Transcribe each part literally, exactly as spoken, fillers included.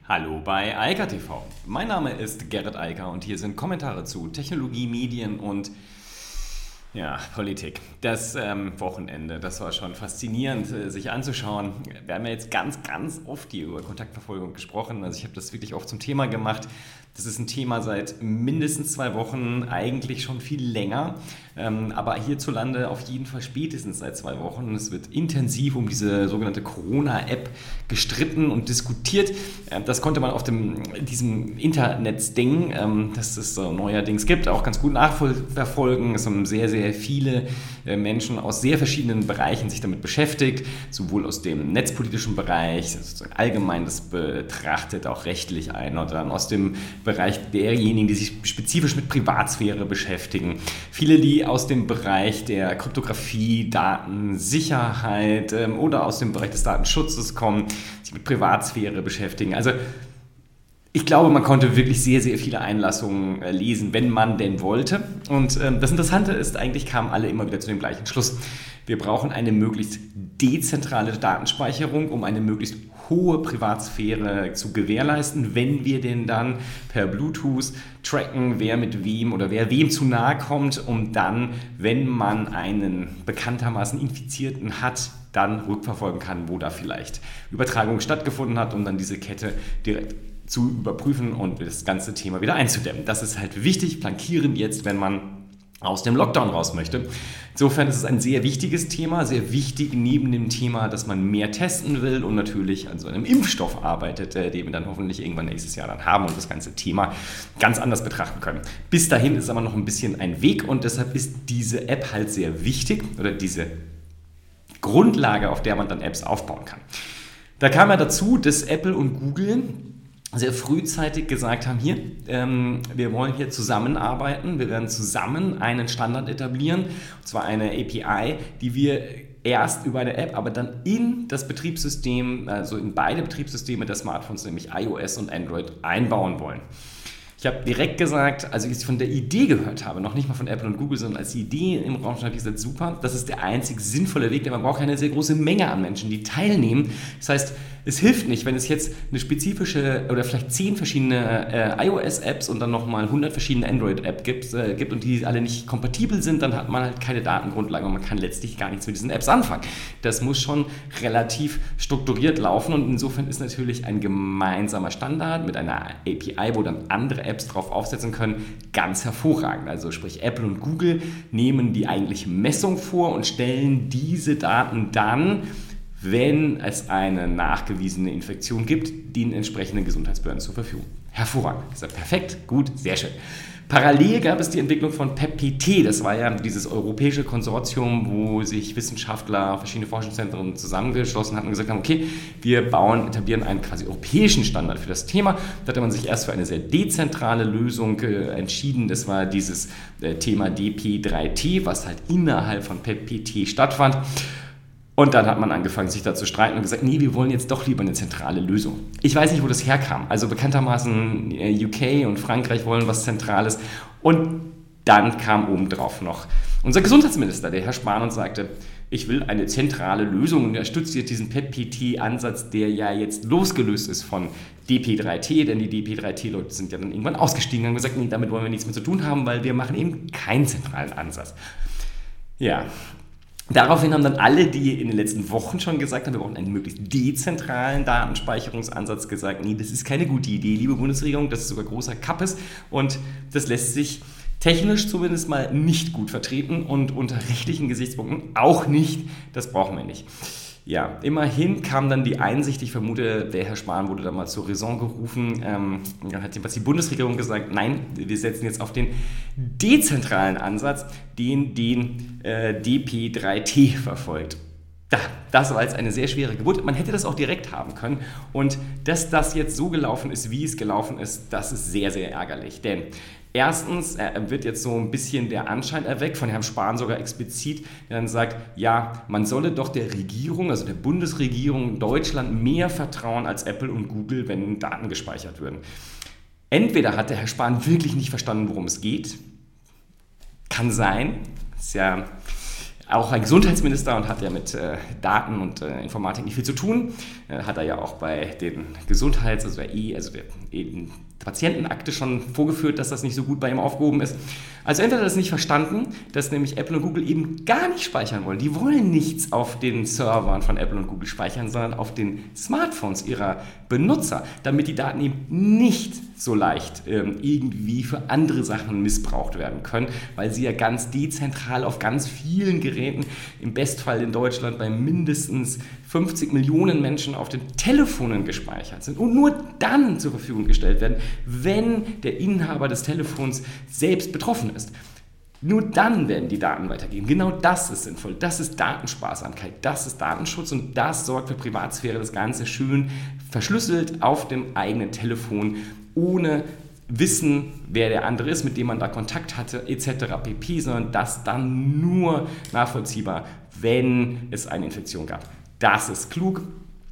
Hallo bei Eika T V. Mein Name ist Gerrit Eiker und hier sind Kommentare zu Technologie, Medien und ja, Politik. Das ähm, Wochenende, das war schon faszinierend, äh, sich anzuschauen. Wir haben ja jetzt ganz, ganz oft hier über Kontaktverfolgung gesprochen. Also ich habe das wirklich oft zum Thema gemacht. Das ist ein Thema seit mindestens zwei Wochen, eigentlich schon viel länger, ähm, aber hierzulande auf jeden Fall spätestens seit zwei Wochen. Es wird intensiv um diese sogenannte Corona-App gestritten und diskutiert. Ähm, das konnte man auf dem, diesem Internetsding, ähm, das es so neuerdings gibt, auch ganz gut nachverfolgen. Es haben sehr, sehr viele äh, Menschen aus sehr verschiedenen Bereichen sich damit beschäftigt, sowohl aus dem netzpolitischen Bereich, also allgemein das betrachtet, auch rechtlich ein, oder dann aus dem Bereich derjenigen, die sich spezifisch mit Privatsphäre beschäftigen. Viele, die aus dem Bereich der Kryptographie, Datensicherheit ähm, oder aus dem Bereich des Datenschutzes kommen, sich mit Privatsphäre beschäftigen. Also ich glaube, man konnte wirklich sehr, sehr viele Einlassungen äh, lesen, wenn man denn wollte. Und ähm, das Interessante ist, eigentlich kamen alle immer wieder zu dem gleichen Schluss. Wir brauchen eine möglichst dezentrale Datenspeicherung, um eine möglichst hohe Privatsphäre zu gewährleisten, wenn wir denn dann per Bluetooth tracken, wer mit wem oder wer wem zu nahe kommt, um dann, wenn man einen bekanntermaßen Infizierten hat, dann rückverfolgen kann, wo da vielleicht Übertragung stattgefunden hat, um dann diese Kette direkt zu überprüfen und das ganze Thema wieder einzudämmen. Das ist halt wichtig, flankierend jetzt, wenn man aus dem Lockdown raus möchte. Insofern ist es ein sehr wichtiges Thema, sehr wichtig neben dem Thema, dass man mehr testen will und natürlich an so einem Impfstoff arbeitet, den wir dann hoffentlich irgendwann nächstes Jahr dann haben und das ganze Thema ganz anders betrachten können. Bis dahin ist aber noch ein bisschen ein Weg und deshalb ist diese App halt sehr wichtig oder diese Grundlage, auf der man dann Apps aufbauen kann. Da kam ja dazu, dass Apple und Google sehr frühzeitig gesagt haben, hier, ähm, wir wollen hier zusammenarbeiten, wir werden zusammen einen Standard etablieren, und zwar eine A P I, die wir erst über eine App, aber dann in das Betriebssystem, also in beide Betriebssysteme der Smartphones, nämlich iOS und Android, einbauen wollen. Ich habe direkt gesagt, als ich von der Idee gehört habe, noch nicht mal von Apple und Google, sondern als die Idee im Raum stand, habe ich gesagt, super, das ist der einzig sinnvolle Weg, denn man braucht eine sehr große Menge an Menschen, die teilnehmen. Das heißt, es hilft nicht, wenn es jetzt eine spezifische oder vielleicht zehn verschiedene äh, iOS-Apps und dann nochmal hundert verschiedene Android-Apps gibt, äh, gibt und die alle nicht kompatibel sind, dann hat man halt keine Datengrundlage und man kann letztlich gar nichts mit diesen Apps anfangen. Das muss schon relativ strukturiert laufen und insofern ist natürlich ein gemeinsamer Standard mit einer A P I, wo dann andere Apps drauf aufsetzen können, ganz hervorragend. Also sprich Apple und Google nehmen die eigentliche Messung vor und stellen diese Daten dann, wenn es eine nachgewiesene Infektion gibt, den entsprechenden Gesundheitsbehörden zur Verfügung. Hervorragend. Ich sage, perfekt, gut, sehr schön. Parallel gab es die Entwicklung von PEP-P T. Das war ja dieses europäische Konsortium, wo sich Wissenschaftler, verschiedene Forschungszentren zusammengeschlossen hatten und gesagt haben, okay, wir bauen, etablieren einen quasi europäischen Standard für das Thema. Da hatte man sich erst für eine sehr dezentrale Lösung äh, entschieden. Das war dieses äh, Thema D P drei T, was halt innerhalb von PEP-P T stattfand. Und dann hat man angefangen, sich da zu streiten und gesagt, nee, wir wollen jetzt doch lieber eine zentrale Lösung. Ich weiß nicht, wo das herkam. Also bekanntermaßen U K und Frankreich wollen was Zentrales. Und dann kam obendrauf noch unser Gesundheitsminister, der Herr Spahn, und sagte, ich will eine zentrale Lösung und er stützt jetzt diesen PEP-P T-Ansatz, der ja jetzt losgelöst ist von D P drei T, denn die D P drei T-Leute sind ja dann irgendwann ausgestiegen und haben gesagt, nee, damit wollen wir nichts mehr zu tun haben, weil wir machen eben keinen zentralen Ansatz. Ja. Daraufhin haben dann alle, die in den letzten Wochen schon gesagt haben, wir brauchen einen möglichst dezentralen Datenspeicherungsansatz, gesagt, nee, das ist keine gute Idee, liebe Bundesregierung, das ist sogar großer Kappes und das lässt sich technisch zumindest mal nicht gut vertreten und unter rechtlichen Gesichtspunkten auch nicht, das brauchen wir nicht. Ja, immerhin kam dann die Einsicht, ich vermute, der Herr Spahn wurde dann mal zur Raison gerufen, ähm, dann hat jedenfalls die Bundesregierung gesagt, nein, wir setzen jetzt auf den dezentralen Ansatz, den den äh, D P drei T verfolgt. Da, das war jetzt eine sehr schwere Geburt. Man hätte das auch direkt haben können. Und dass das jetzt so gelaufen ist, wie es gelaufen ist, das ist sehr, sehr ärgerlich. Denn erstens äh, wird jetzt so ein bisschen der Anschein erweckt, von Herrn Spahn sogar explizit, der dann sagt, ja, man solle doch der Regierung, also der Bundesregierung Deutschland mehr vertrauen als Apple und Google, wenn Daten gespeichert würden. Entweder hat der Herr Spahn wirklich nicht verstanden, worum es geht. Kann sein. Ist ja auch ein Gesundheitsminister und hat ja mit äh, Daten und äh, Informatik nicht viel zu tun. Äh, hat er ja auch bei den Gesundheits-, also der E, also der eben Patientenakte schon vorgeführt, dass das nicht so gut bei ihm aufgehoben ist. Also entweder hat er das nicht verstanden, dass nämlich Apple und Google eben gar nicht speichern wollen. Die wollen nichts auf den Servern von Apple und Google speichern, sondern auf den Smartphones ihrer Benutzer, damit die Daten eben nicht so leicht ähm, irgendwie für andere Sachen missbraucht werden können, weil sie ja ganz dezentral auf ganz vielen Geräten, im Bestfall in Deutschland bei mindestens fünfzig Millionen Menschen auf den Telefonen gespeichert sind und nur dann zur Verfügung gestellt werden, wenn der Inhaber des Telefons selbst betroffen ist. Nur dann werden die Daten weitergehen. Genau das ist sinnvoll. Das ist Datensparsamkeit, das ist Datenschutz und das sorgt für Privatsphäre. Das Ganze schön verschlüsselt auf dem eigenen Telefon, ohne Wissen, wer der andere ist, mit dem man da Kontakt hatte, et cetera pp., sondern das dann nur nachvollziehbar, wenn es eine Infektion gab. Das ist klug.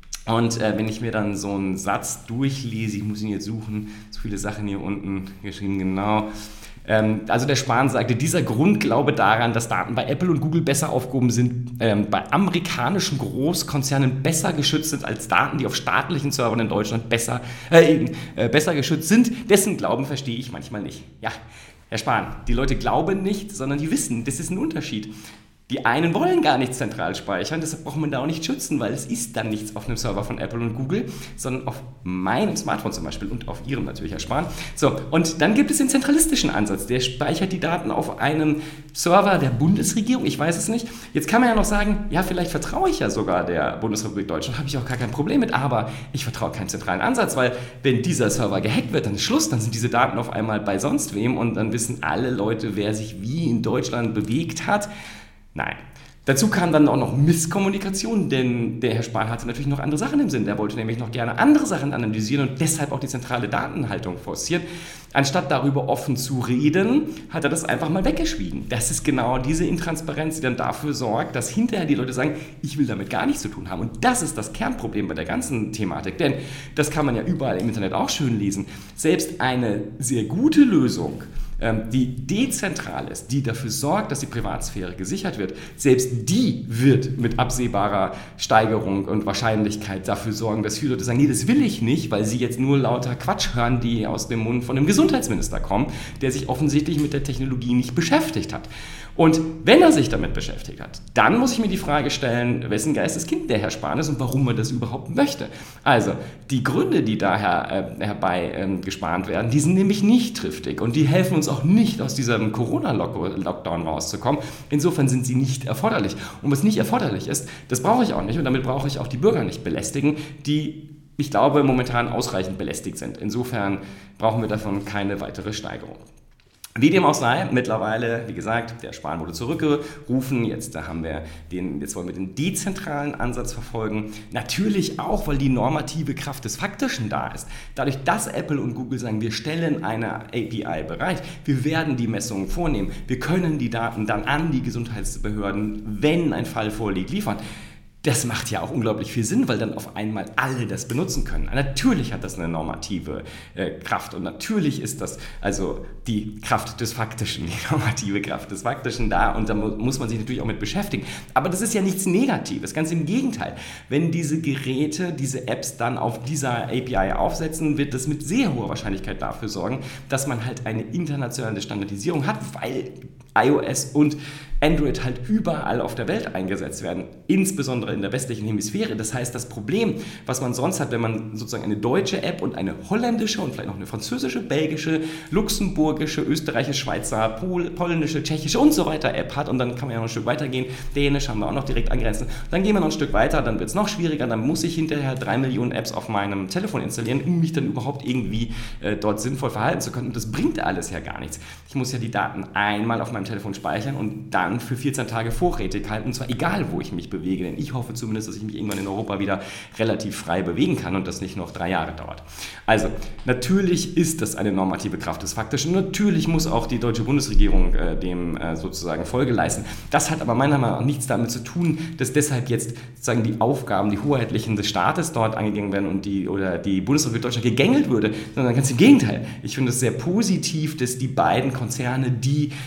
Und äh, wenn ich mir dann so einen Satz durchlese, ich muss ihn jetzt suchen, so viele Sachen hier unten geschrieben, genau. Ähm, also der Spahn sagte, dieser Grundglaube daran, dass Daten bei Apple und Google besser aufgehoben sind, ähm, bei amerikanischen Großkonzernen besser geschützt sind als Daten, die auf staatlichen Servern in Deutschland besser, äh, äh, besser geschützt sind, dessen Glauben verstehe ich manchmal nicht. Ja, Herr Spahn, die Leute glauben nicht, sondern die wissen, das ist ein Unterschied. Die einen wollen gar nicht zentral speichern, deshalb braucht man da auch nicht schützen, weil es ist dann nichts auf einem Server von Apple und Google, sondern auf meinem Smartphone zum Beispiel und auf Ihrem natürlich, Herr Spahn. So, und dann gibt es den zentralistischen Ansatz, der speichert die Daten auf einem Server der Bundesregierung, ich weiß es nicht. Jetzt kann man ja noch sagen, ja, vielleicht vertraue ich ja sogar der Bundesrepublik Deutschland, habe ich auch gar kein Problem mit, aber ich vertraue keinen zentralen Ansatz, weil wenn dieser Server gehackt wird, dann ist Schluss, dann sind diese Daten auf einmal bei sonst wem und dann wissen alle Leute, wer sich wie in Deutschland bewegt hat. Nein. Dazu kam dann auch noch Misskommunikation, denn der Herr Spahn hatte natürlich noch andere Sachen im Sinn. Der wollte nämlich noch gerne andere Sachen analysieren und deshalb auch die zentrale Datenhaltung forciert. Anstatt darüber offen zu reden, hat er das einfach mal weggeschwiegen. Das ist genau diese Intransparenz, die dann dafür sorgt, dass hinterher die Leute sagen, ich will damit gar nichts zu tun haben. Und das ist das Kernproblem bei der ganzen Thematik, denn das kann man ja überall im Internet auch schön lesen. Selbst eine sehr gute Lösung, die dezentral ist, die dafür sorgt, dass die Privatsphäre gesichert wird, selbst die wird mit absehbarer Steigerung und Wahrscheinlichkeit dafür sorgen, dass viele Leute sagen, nee, das will ich nicht, weil sie jetzt nur lauter Quatsch hören, die aus dem Mund von dem Gesundheitsminister kommen, der sich offensichtlich mit der Technologie nicht beschäftigt hat. Und wenn er sich damit beschäftigt hat, dann muss ich mir die Frage stellen, wessen Geisteskind der Herr Spahn ist und warum er das überhaupt möchte. Also, die Gründe, die da her, äh, herbei ähm, gespannt werden, die sind nämlich nicht triftig und die helfen uns auch nicht, aus diesem Corona-Lockdown rauszukommen. Insofern sind sie nicht erforderlich. Und was nicht erforderlich ist, das brauche ich auch nicht und damit brauche ich auch die Bürger nicht belästigen, die, ich glaube, momentan ausreichend belästigt sind. Insofern brauchen wir davon keine weitere Steigerung. Wie dem auch sei, mittlerweile, wie gesagt, der Spahn wurde zurückgerufen, jetzt da haben wir den, jetzt wollen wir den dezentralen Ansatz verfolgen. Natürlich auch, weil die normative Kraft des Faktischen da ist. Dadurch, dass Apple und Google sagen, wir stellen eine A P I bereit, wir werden die Messungen vornehmen, wir können die Daten dann an die Gesundheitsbehörden, wenn ein Fall vorliegt, liefern. Das macht ja auch unglaublich viel Sinn, weil dann auf einmal alle das benutzen können. Natürlich hat das eine normative äh, Kraft und natürlich ist das also die Kraft des Faktischen, die normative Kraft des Faktischen da und da mu- muss man sich natürlich auch mit beschäftigen. Aber das ist ja nichts Negatives, ganz im Gegenteil. Wenn diese Geräte, diese Apps dann auf dieser A P I aufsetzen, wird das mit sehr hoher Wahrscheinlichkeit dafür sorgen, dass man halt eine internationale Standardisierung hat, weil iOS und Android halt überall auf der Welt eingesetzt werden, insbesondere in der westlichen Hemisphäre. Das heißt, das Problem, was man sonst hat, wenn man sozusagen eine deutsche App und eine holländische und vielleicht noch eine französische, belgische, luxemburgische, österreichische, Schweizer, Pol- polnische, tschechische und so weiter App hat und dann kann man ja noch ein Stück weitergehen, Dänisch haben wir auch noch direkt angrenzen, dann gehen wir noch ein Stück weiter, dann wird es noch schwieriger, dann muss ich hinterher drei Millionen Apps auf meinem Telefon installieren, um mich dann überhaupt irgendwie äh, dort sinnvoll verhalten zu können und das bringt alles ja gar nichts. Ich muss ja die Daten einmal auf meinem Telefon speichern und dann für vierzehn Tage vorrätig halten, und zwar egal, wo ich mich bewege, denn ich hoffe zumindest, dass ich mich irgendwann in Europa wieder relativ frei bewegen kann und das nicht noch drei Jahre dauert. Also, natürlich ist das eine normative Kraft des Faktischen, natürlich muss auch die deutsche Bundesregierung äh, dem äh, sozusagen Folge leisten. Das hat aber meiner Meinung nach nichts damit zu tun, dass deshalb jetzt sozusagen die Aufgaben, die hoheitlichen des Staates dort angegangen werden und die, oder die Bundesrepublik Deutschland gegängelt würde, sondern ganz im Gegenteil. Ich finde es sehr positiv, dass die beiden Konzerne, die das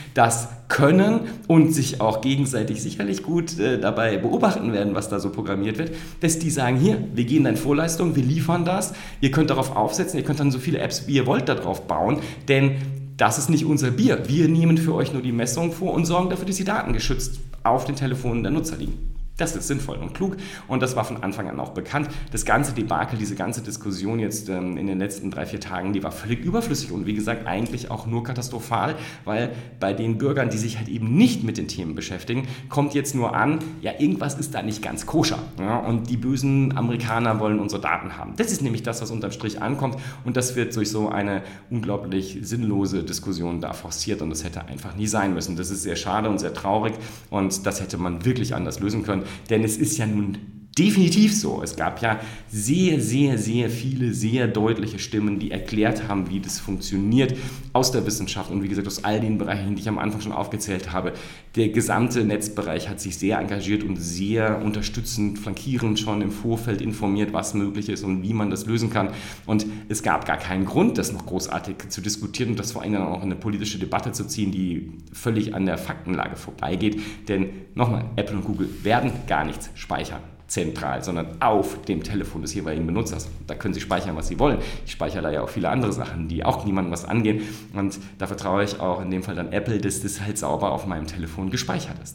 das können und sich auch gegenseitig sicherlich gut äh, dabei beobachten werden, was da so programmiert wird, dass die sagen, hier, wir gehen in Vorleistung, wir liefern das, ihr könnt darauf aufsetzen, ihr könnt dann so viele Apps, wie ihr wollt, darauf bauen, denn das ist nicht unser Bier. Wir nehmen für euch nur die Messung vor und sorgen dafür, dass die Daten geschützt auf den Telefonen der Nutzer liegen. Das ist sinnvoll und klug und das war von Anfang an auch bekannt. Das ganze Debakel, diese ganze Diskussion jetzt ähm, in den letzten drei, vier Tagen, die war völlig überflüssig und wie gesagt eigentlich auch nur katastrophal, weil bei den Bürgern, die sich halt eben nicht mit den Themen beschäftigen, kommt jetzt nur an, ja irgendwas ist da nicht ganz koscher, ja, und die bösen Amerikaner wollen unsere Daten haben. Das ist nämlich das, was unterm Strich ankommt und das wird durch so eine unglaublich sinnlose Diskussion da forciert und das hätte einfach nie sein müssen. Das ist sehr schade und sehr traurig und das hätte man wirklich anders lösen können. Denn es ist ja nun definitiv so. Es gab ja sehr, sehr, sehr viele, sehr deutliche Stimmen, die erklärt haben, wie das funktioniert aus der Wissenschaft und wie gesagt aus all den Bereichen, die ich am Anfang schon aufgezählt habe. Der gesamte Netzbereich hat sich sehr engagiert und sehr unterstützend, flankierend schon im Vorfeld informiert, was möglich ist und wie man das lösen kann. Und es gab gar keinen Grund, das noch großartig zu diskutieren und das vor allem dann auch in eine politische Debatte zu ziehen, die völlig an der Faktenlage vorbeigeht. Denn nochmal, Apple und Google werden gar nichts speichern zentral, sondern auf dem Telefon des jeweiligen Benutzers. Da können Sie speichern, was Sie wollen. Ich speichere da ja auch viele andere Sachen, die auch niemandem was angehen. Und da vertraue ich auch in dem Fall dann Apple, dass das halt sauber auf meinem Telefon gespeichert ist.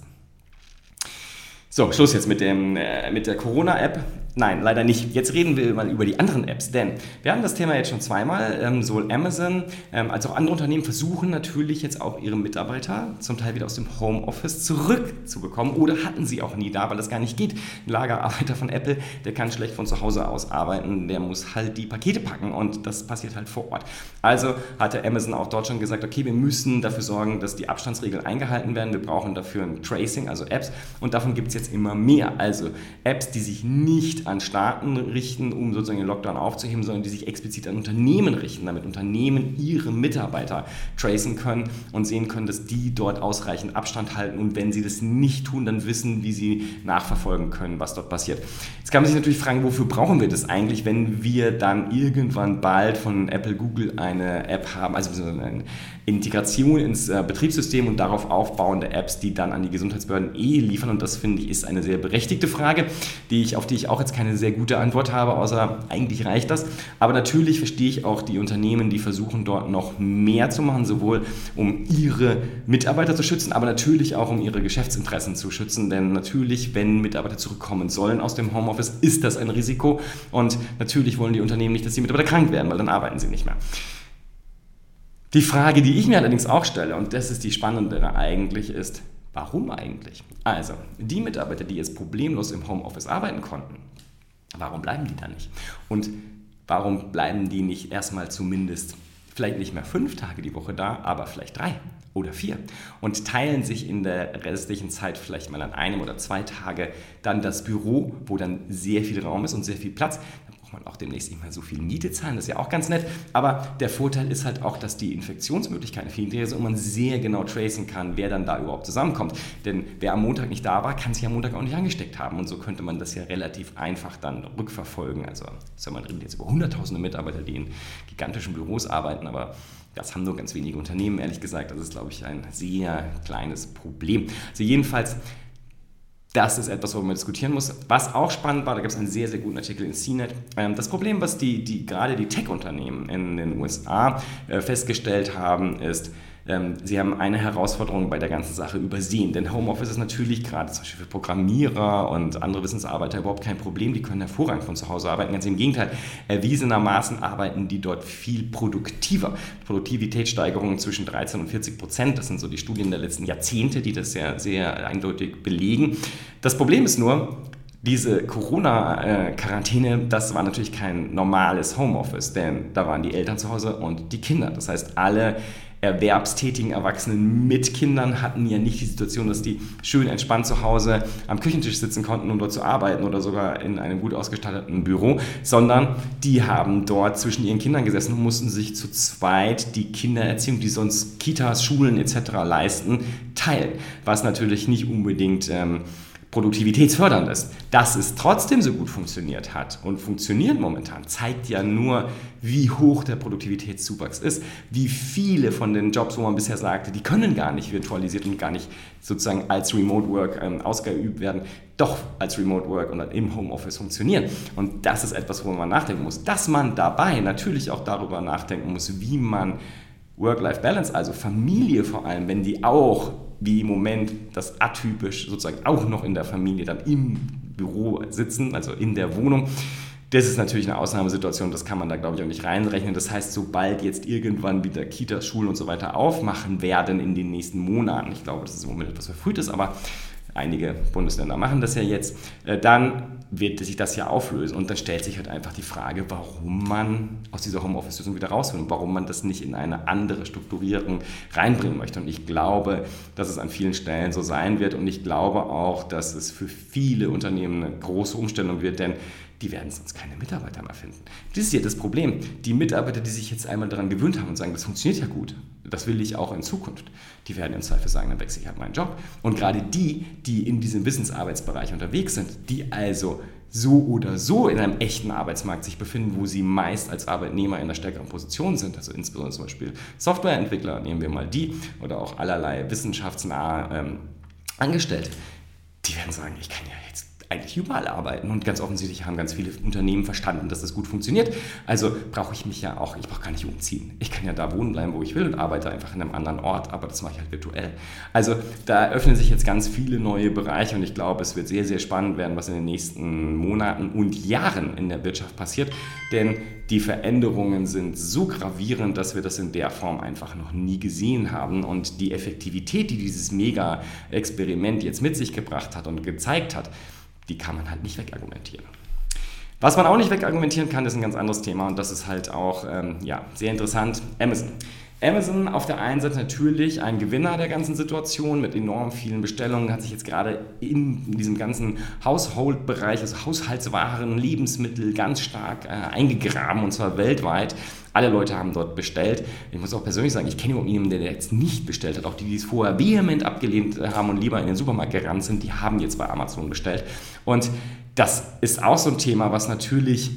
So, Schluss jetzt mit, dem, äh, mit der Corona-App. Nein, leider nicht. Jetzt reden wir mal über die anderen Apps, denn wir haben das Thema jetzt schon zweimal. Ähm, sowohl Amazon ähm, als auch andere Unternehmen versuchen natürlich jetzt auch ihre Mitarbeiter zum Teil wieder aus dem Homeoffice zurückzubekommen oder hatten sie auch nie da, weil das gar nicht geht. Ein Lagerarbeiter von Apple, der kann schlecht von zu Hause aus arbeiten, der muss halt die Pakete packen und das passiert halt vor Ort. Also hatte Amazon auch dort schon gesagt, okay, wir müssen dafür sorgen, dass die Abstandsregeln eingehalten werden. Wir brauchen dafür ein Tracing, also Apps und davon gibt es jetzt immer mehr. Also Apps, die sich nicht an Staaten richten, um sozusagen den Lockdown aufzuheben, sondern die sich explizit an Unternehmen richten, damit Unternehmen ihre Mitarbeiter tracen können und sehen können, dass die dort ausreichend Abstand halten und wenn sie das nicht tun, dann wissen, wie sie nachverfolgen können, was dort passiert. Jetzt kann man sich natürlich fragen, wofür brauchen wir das eigentlich, wenn wir dann irgendwann bald von Apple, Google eine App haben, also eine Integration ins äh, Betriebssystem und darauf aufbauende Apps, die dann an die Gesundheitsbehörden eh liefern und das finde ich ist eine sehr berechtigte Frage, die ich, auf die ich auch jetzt keine sehr gute Antwort habe, außer eigentlich reicht das. Aber natürlich verstehe ich auch die Unternehmen, die versuchen dort noch mehr zu machen, sowohl um ihre Mitarbeiter zu schützen, aber natürlich auch um ihre Geschäftsinteressen zu schützen, denn natürlich, wenn Mitarbeiter zurückkommen sollen aus dem Homeoffice, ist das ein Risiko und natürlich wollen die Unternehmen nicht, dass die Mitarbeiter krank werden, weil dann arbeiten sie nicht mehr. Die Frage, die ich mir allerdings auch stelle, und das ist die spannendere eigentlich, ist, warum eigentlich? Also, die Mitarbeiter, die jetzt problemlos im Homeoffice arbeiten konnten, warum bleiben die da nicht? Und warum bleiben die nicht erstmal zumindest, vielleicht nicht mehr fünf Tage die Woche da, aber vielleicht drei oder vier und teilen sich in der restlichen Zeit vielleicht mal an einem oder zwei Tage dann das Büro, wo dann sehr viel Raum ist und sehr viel Platz. Man auch demnächst nicht mehr so viel Miete zahlen, das ist ja auch ganz nett, aber der Vorteil ist halt auch, dass die Infektionsmöglichkeiten viel niedriger sind und man sehr genau tracen kann, wer dann da überhaupt zusammenkommt, denn wer am Montag nicht da war, kann sich am Montag auch nicht angesteckt haben und so könnte man das ja relativ einfach dann rückverfolgen, also man redet jetzt über hunderttausende Mitarbeiter, die in gigantischen Büros arbeiten, aber das haben nur ganz wenige Unternehmen, ehrlich gesagt, das ist glaube ich ein sehr kleines Problem. Also jedenfalls das ist etwas, worüber man diskutieren muss. Was auch spannend war, da gibt es einen sehr, sehr guten Artikel in C net. Das Problem, was die, die, gerade die Tech-Unternehmen in den U S A festgestellt haben, ist, sie haben eine Herausforderung bei der ganzen Sache übersehen. Denn Homeoffice ist natürlich gerade zum Beispiel für Programmierer und andere Wissensarbeiter überhaupt kein Problem. Die können hervorragend von zu Hause arbeiten. Ganz im Gegenteil, erwiesenermaßen arbeiten die dort viel produktiver. Produktivitätssteigerungen zwischen dreizehn und vierzig Prozent. Das sind so die Studien der letzten Jahrzehnte, die das sehr, sehr eindeutig belegen. Das Problem ist nur, diese Corona-Quarantäne, das war natürlich kein normales Homeoffice, denn da waren die Eltern zu Hause und die Kinder. Das heißt, alle erwerbstätigen Erwachsenen mit Kindern hatten ja nicht die Situation, dass die schön entspannt zu Hause am Küchentisch sitzen konnten, um dort zu arbeiten oder sogar in einem gut ausgestatteten Büro, sondern die haben dort zwischen ihren Kindern gesessen und mussten sich zu zweit die Kindererziehung, die sonst Kitas, Schulen et cetera leisten, teilen, was natürlich nicht unbedingt ähm, produktivitätsfördernd ist. Dass es trotzdem so gut funktioniert hat und funktioniert momentan, zeigt ja nur, wie hoch der Produktivitätszuwachs ist, wie viele von den Jobs, wo man bisher sagte, die können gar nicht virtualisiert und gar nicht sozusagen als Remote Work ähm, ausgeübt werden, doch als Remote Work und im Homeoffice funktionieren. Und das ist etwas, wo man nachdenken muss. Dass man dabei natürlich auch darüber nachdenken muss, wie man Work-Life-Balance, also Familie vor allem, wenn die auch, wie im Moment das atypisch sozusagen auch noch in der Familie dann im Büro sitzen, also in der Wohnung, das ist natürlich eine Ausnahmesituation, das kann man da, glaube ich, auch nicht reinrechnen. Das heißt, sobald jetzt irgendwann wieder Kitas, Schulen und so weiter aufmachen werden in den nächsten Monaten, ich glaube, das ist im Moment etwas verfrüht ist, aber einige Bundesländer machen das ja jetzt, dann wird sich das ja auflösen. Und dann stellt sich halt einfach die Frage, warum man aus dieser Homeoffice-Lösung wieder raus will und warum man das nicht in eine andere Strukturierung reinbringen möchte. Und ich glaube, dass es an vielen Stellen so sein wird. Und ich glaube auch, dass es für viele Unternehmen eine große Umstellung wird, denn die werden sonst keine Mitarbeiter mehr finden. Das ist ja das Problem. Die Mitarbeiter, die sich jetzt einmal daran gewöhnt haben und sagen, das funktioniert ja gut, das will ich auch in Zukunft, die werden im Zweifel sagen, dann wechsle ich halt meinen Job. Und gerade die, die in diesem Wissensarbeitsbereich unterwegs sind, die also so oder so in einem echten Arbeitsmarkt sich befinden, wo sie meist als Arbeitnehmer in einer stärkeren Position sind, also insbesondere zum Beispiel Softwareentwickler, nehmen wir mal die, oder auch allerlei wissenschaftsnahe ähm, Angestellte, die werden sagen, ich kann ja jetzt eigentlich überall arbeiten und ganz offensichtlich haben ganz viele Unternehmen verstanden, dass das gut funktioniert. Also brauche ich mich ja auch, ich brauche gar nicht umziehen. Ich kann ja da wohnen bleiben, wo ich will und arbeite einfach in einem anderen Ort, aber das mache ich halt virtuell. Also da öffnen sich jetzt ganz viele neue Bereiche und ich glaube, es wird sehr, sehr spannend werden, was in den nächsten Monaten und Jahren in der Wirtschaft passiert, denn die Veränderungen sind so gravierend, dass wir das in der Form einfach noch nie gesehen haben und die Effektivität, die dieses Mega-Experiment jetzt mit sich gebracht hat und gezeigt hat, die kann man halt nicht wegargumentieren. Was man auch nicht wegargumentieren kann, ist ein ganz anderes Thema und das ist halt auch ähm, ja, sehr interessant. Amazon. Amazon auf der einen Seite natürlich ein Gewinner der ganzen Situation mit enorm vielen Bestellungen, hat sich jetzt gerade in diesem ganzen Household-Bereich, also Haushaltswaren, Lebensmittel ganz stark äh, eingegraben und zwar weltweit. Alle Leute haben dort bestellt. Ich muss auch persönlich sagen, ich kenne überhaupt niemanden, der jetzt nicht bestellt hat. Auch die, die es vorher vehement abgelehnt haben und lieber in den Supermarkt gerannt sind, die haben jetzt bei Amazon bestellt. Und das ist auch so ein Thema, was natürlich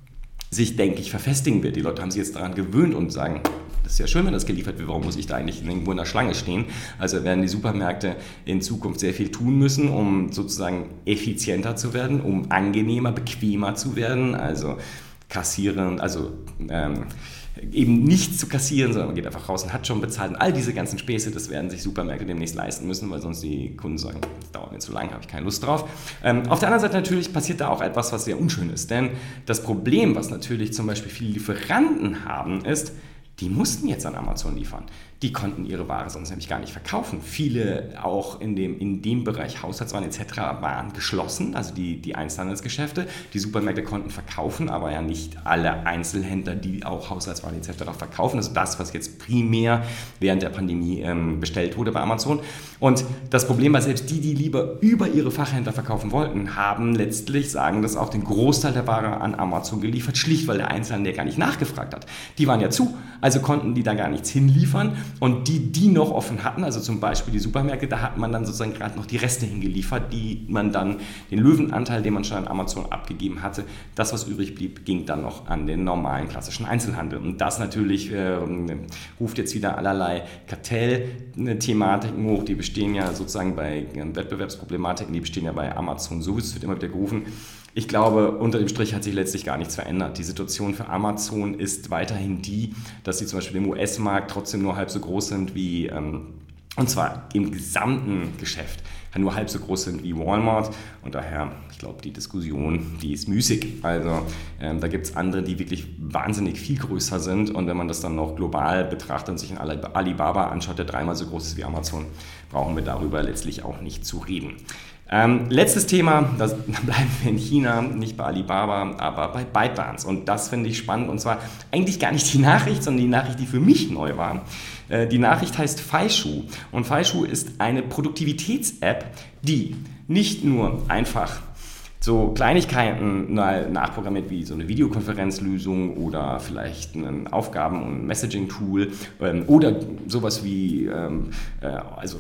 sich, denke ich, verfestigen wird. Die Leute haben sich jetzt daran gewöhnt und sagen, das ist ja schön, wenn das geliefert wird, warum muss ich da eigentlich irgendwo in der Schlange stehen? Also werden die Supermärkte in Zukunft sehr viel tun müssen, um sozusagen effizienter zu werden, um angenehmer, bequemer zu werden. Also kassieren, also ähm, eben nicht zu kassieren, sondern man geht einfach raus und hat schon bezahlt. Und all diese ganzen Späße, das werden sich Supermärkte demnächst leisten müssen, weil sonst die Kunden sagen, das dauert mir zu lang, habe ich keine Lust drauf. Ähm, auf der anderen Seite natürlich passiert da auch etwas, was sehr unschön ist. Denn das Problem, was natürlich zum Beispiel viele Lieferanten haben, ist, die mussten jetzt an Amazon liefern. Die konnten ihre Ware sonst nämlich gar nicht verkaufen. Viele auch in dem, in dem Bereich Haushaltswaren et cetera waren geschlossen, also die, die Einzelhandelsgeschäfte. Die Supermärkte konnten verkaufen, aber ja nicht alle Einzelhändler, die auch Haushaltswaren et cetera verkaufen. Also das, was jetzt primär während der Pandemie ähm, bestellt wurde bei Amazon. Und das Problem war, selbst die, die lieber über ihre Fachhändler verkaufen wollten, haben letztlich, sagen das auch, den Großteil der Ware an Amazon geliefert, schlicht, weil der Einzelhandel gar nicht nachgefragt hat. Die waren ja zu, also konnten die da gar nichts hinliefern. Und die, die noch offen hatten, also zum Beispiel die Supermärkte, da hat man dann sozusagen gerade noch die Reste hingeliefert, die man dann, den Löwenanteil, den man schon an Amazon abgegeben hatte, das, was übrig blieb, ging dann noch an den normalen klassischen Einzelhandel. Und das natürlich äh, ruft jetzt wieder allerlei Kartellthematiken hoch, die bestehen ja sozusagen bei äh, Wettbewerbsproblematiken, die bestehen ja bei Amazon sowieso, es wird immer wieder gerufen. Ich glaube, unter dem Strich hat sich letztlich gar nichts verändert. Die Situation für Amazon ist weiterhin die, dass sie zum Beispiel im U S-Markt trotzdem nur halb so groß sind wie, ähm, und zwar im gesamten Geschäft, nur halb so groß sind wie Walmart. Und daher, ich glaube, die Diskussion, die ist müßig. Also ähm, da gibt es andere, die wirklich wahnsinnig viel größer sind. Und wenn man das dann noch global betrachtet und sich in Alibaba anschaut, der dreimal so groß ist wie Amazon, brauchen wir darüber letztlich auch nicht zu reden. Ähm, letztes Thema, da bleiben wir in China, nicht bei Alibaba, aber bei ByteDance. Und das finde ich spannend. Und zwar eigentlich gar nicht die Nachricht, sondern die Nachricht, die für mich neu war. Äh, die Nachricht heißt Faishu. Und Faishu ist eine Produktivitäts-App, die nicht nur einfach so Kleinigkeiten nachprogrammiert wie so eine Videokonferenzlösung oder vielleicht ein Aufgaben- und Messaging-Tool ähm, oder sowas wie ähm, äh, also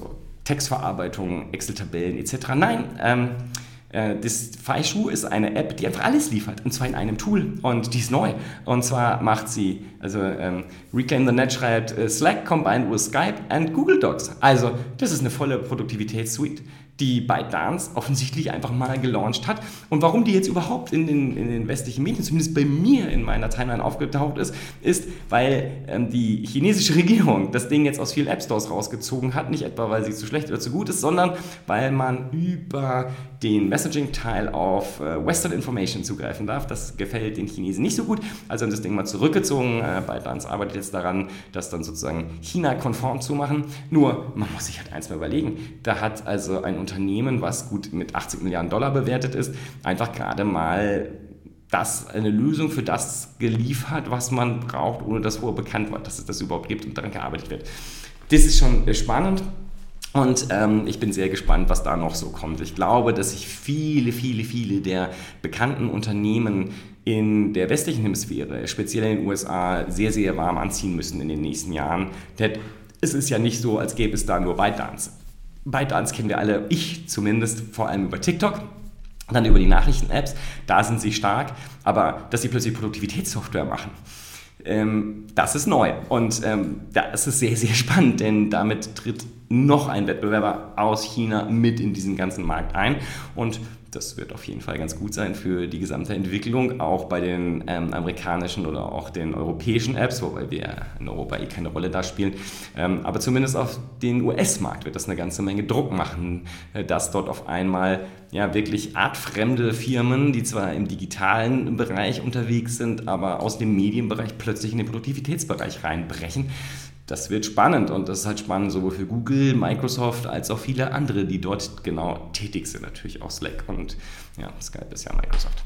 Textverarbeitung, Excel-Tabellen et cetera. Nein, ähm, äh, das Faishu ist eine App, die einfach alles liefert, und zwar in einem Tool, und die ist neu. Und zwar macht sie, also ähm, Reclaim the Net schreibt äh, Slack combined with Skype and Google Docs. Also das ist eine volle Produktivitätssuite, die ByteDance offensichtlich einfach mal gelauncht hat. Und warum die jetzt überhaupt in den, in den westlichen Medien, zumindest bei mir in meiner Timeline aufgetaucht ist, ist, weil ähm, die chinesische Regierung das Ding jetzt aus vielen App Stores rausgezogen hat. Nicht etwa, weil sie zu schlecht oder zu gut ist, sondern weil man über den Messaging-Teil auf äh, Western Information zugreifen darf. Das gefällt den Chinesen nicht so gut. Also haben das Ding mal zurückgezogen. Äh, ByteDance arbeitet jetzt daran, das dann sozusagen China-konform zu machen. Nur, man muss sich halt eins mal überlegen. Da hat also ein Unternehmen, was gut mit achtzig Milliarden Dollar bewertet ist, einfach gerade mal das, eine Lösung für das geliefert, was man braucht, ohne dass vorher bekannt war, dass es das überhaupt gibt und daran gearbeitet wird. Das ist schon spannend. Und ähm, ich bin sehr gespannt, was da noch so kommt. Ich glaube, dass sich viele, viele, viele der bekannten Unternehmen in der westlichen Hemisphäre, speziell in den U S A, sehr, sehr warm anziehen müssen in den nächsten Jahren. Denn es ist ja nicht so, als gäbe es da nur ByteDance. ByteDance kennen wir alle, ich zumindest, vor allem über TikTok, dann über die Nachrichten-Apps, da sind sie stark, aber dass sie plötzlich Produktivitätssoftware machen, ähm, das ist neu, und ähm, das ist sehr, sehr spannend, denn damit tritt noch ein Wettbewerber aus China mit in diesen ganzen Markt ein, und das wird auf jeden Fall ganz gut sein für die gesamte Entwicklung, auch bei den ähm, amerikanischen oder auch den europäischen Apps, wobei wir in Europa eh keine Rolle da spielen. Ähm, aber zumindest auf den U S-Markt wird das eine ganze Menge Druck machen, äh, dass dort auf einmal ja wirklich artfremde Firmen, die zwar im digitalen Bereich unterwegs sind, aber aus dem Medienbereich plötzlich in den Produktivitätsbereich reinbrechen. Das wird spannend, und das ist halt spannend sowohl für Google, Microsoft als auch viele andere, die dort genau tätig sind. Natürlich auch Slack und ja, Skype ist ja Microsoft.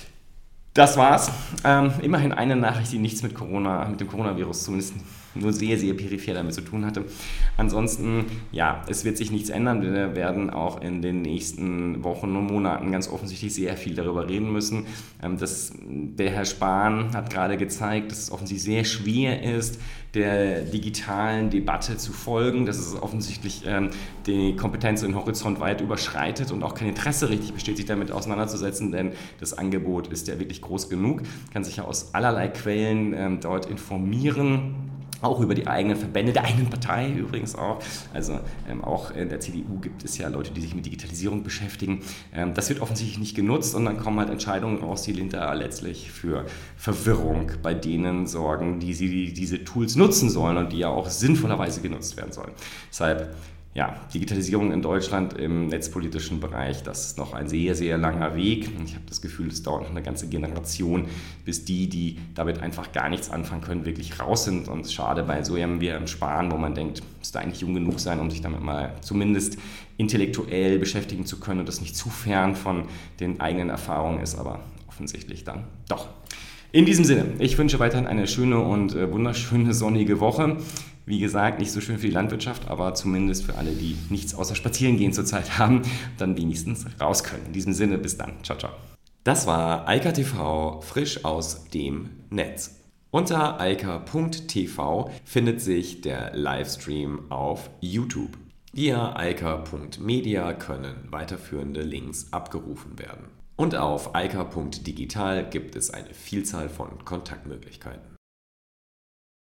Das war's. Ähm, immerhin eine Nachricht, die nichts mit Corona, mit dem Coronavirus zumindest nur sehr, sehr peripher damit zu tun hatte. Ansonsten, ja, es wird sich nichts ändern. Wir werden auch in den nächsten Wochen und Monaten ganz offensichtlich sehr viel darüber reden müssen. Ähm, das, der Herr Spahn hat gerade gezeigt, dass es offensichtlich sehr schwer ist, der digitalen Debatte zu folgen, dass es offensichtlich ähm, die Kompetenz und den Horizont weit überschreitet und auch kein Interesse richtig besteht, sich damit auseinanderzusetzen, denn das Angebot ist ja wirklich groß genug, kann sich ja aus allerlei Quellen ähm, dort informieren. Auch über die eigenen Verbände, der eigenen Partei übrigens auch. Also ähm, auch in der C D U gibt es ja Leute, die sich mit Digitalisierung beschäftigen. Ähm, das wird offensichtlich nicht genutzt, und dann kommen halt Entscheidungen raus, die hinterher letztlich für Verwirrung bei denen sorgen, die sie diese Tools nutzen sollen und die ja auch sinnvollerweise genutzt werden sollen. Deshalb, ja, Digitalisierung in Deutschland im netzpolitischen Bereich, das ist noch ein sehr, sehr langer Weg. Ich habe das Gefühl, es dauert noch eine ganze Generation, bis die, die damit einfach gar nichts anfangen können, wirklich raus sind. Und es ist schade bei so jemandem wie im Spahn, wo man denkt, müsste eigentlich jung genug sein, um sich damit mal zumindest intellektuell beschäftigen zu können und das nicht zu fern von den eigenen Erfahrungen ist, aber offensichtlich dann doch. In diesem Sinne, ich wünsche weiterhin eine schöne und äh, wunderschöne sonnige Woche. Wie gesagt, nicht so schön für die Landwirtschaft, aber zumindest für alle, die nichts außer Spazierengehen zurzeit haben, dann wenigstens raus können. In diesem Sinne, bis dann. Ciao, ciao. Das war Eika T V, frisch aus dem Netz. Unter eika punkt t v findet sich der Livestream auf YouTube. Via eika punkt media können weiterführende Links abgerufen werden. Und auf eika punkt digital gibt es eine Vielzahl von Kontaktmöglichkeiten.